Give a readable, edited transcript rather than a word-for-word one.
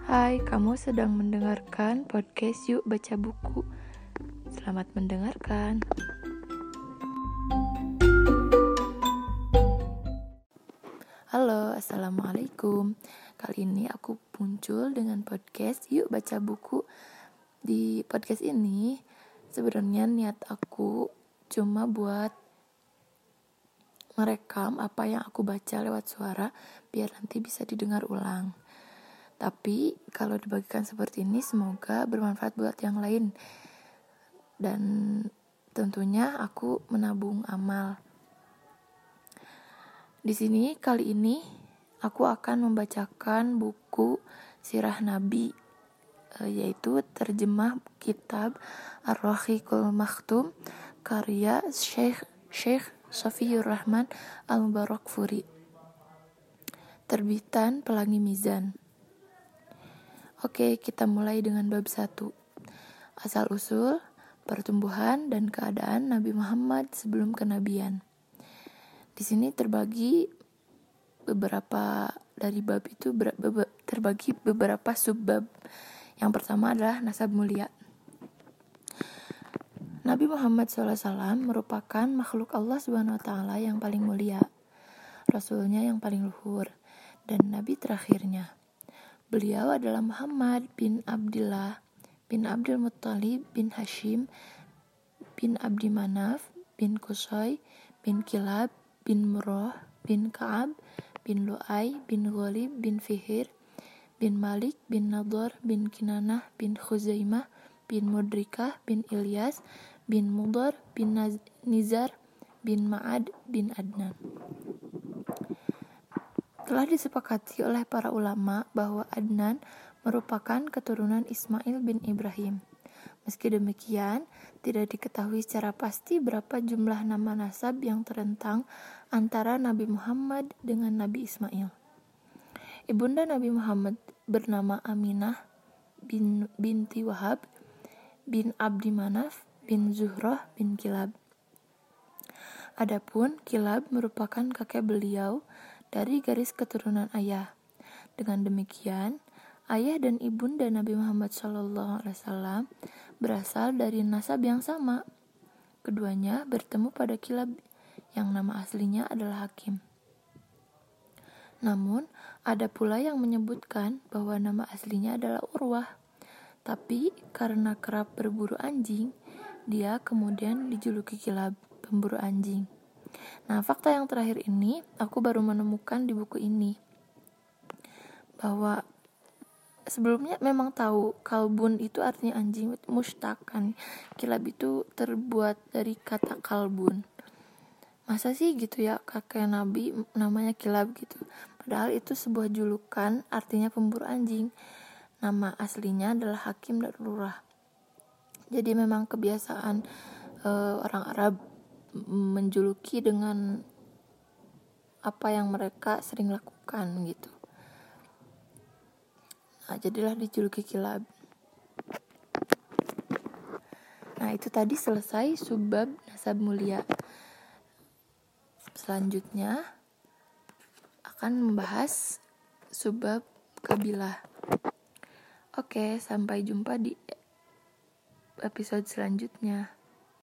Hai, kamu sedang mendengarkan podcast Yuk Baca Buku. Selamat mendengarkan. Halo, assalamualaikum. Kali ini aku muncul dengan podcast Yuk Baca Buku. Di podcast ini sebenarnya niat aku cuma buat merekam apa yang aku baca lewat suara biar nanti bisa didengar ulang. Tapi kalau dibagikan seperti ini semoga bermanfaat buat yang lain. Dan tentunya aku menabung amal. Di sini kali ini aku akan membacakan buku Sirah Nabi, yaitu terjemah kitab Ar-Rahiqul Maktum karya Syekh Shafiyur Rahman Al-Mubarakfuri, terbitan Pelangi Mizan. Oke, kita mulai dengan bab 1. Asal-usul, pertumbuhan dan keadaan Nabi Muhammad sebelum kenabian. Di sini terbagi beberapa dari bab itu terbagi beberapa subbab. Yang pertama adalah nasab mulia. Nabi Muhammad SAW merupakan makhluk Allah SWT yang paling mulia, Rasulnya yang paling luhur, dan Nabi terakhirnya. Beliau adalah Muhammad bin Abdullah bin Abdul Muttalib bin Hashim bin Abdi Manaf bin Qusay bin Kilab bin Murrah bin Ka'ab bin Lu'ay bin Ghalib bin Fihir bin Malik bin Nadhr bin Kinanah bin Khuzaimah bin Mudrikah bin Ilyas bin Mudhar bin Nizar bin Ma'ad bin Adnan. Telah disepakati oleh para ulama bahwa Adnan merupakan keturunan Ismail bin Ibrahim. Meski demikian, tidak diketahui secara pasti berapa jumlah nama nasab yang terentang antara Nabi Muhammad dengan Nabi Ismail. Ibunda Nabi Muhammad bernama Aminah binti Wahab bin Abdi Manaf bin Zuhrah bin Kilab. Adapun Kilab merupakan kakek beliau dari garis keturunan ayah. Dengan demikian, ayah dan ibunda Nabi Muhammad SAW berasal dari nasab yang sama. Keduanya bertemu pada Kilab yang nama aslinya adalah Hakim. Namun, ada pula yang menyebutkan bahwa nama aslinya adalah Urwah. Tapi karena kerap berburu anjing, dia kemudian dijuluki Kilab, pemburu anjing. Nah, fakta yang terakhir ini aku baru menemukan di buku ini, bahwa sebelumnya memang tahu kalbun itu artinya anjing, mustaq kan. Kilab itu terbuat dari kata kalbun. Masa sih gitu ya kakek Nabi namanya Kilab gitu. Padahal itu sebuah julukan artinya pemburu anjing. Nama aslinya adalah Hakim dan Lurah. Jadi memang kebiasaan orang Arab menjuluki dengan apa yang mereka sering lakukan gitu. Nah, jadilah dijuluki Kilab. Nah, itu tadi selesai subbab nasab mulia. Selanjutnya akan membahas subbab kabilah. Oke, sampai jumpa di episode selanjutnya.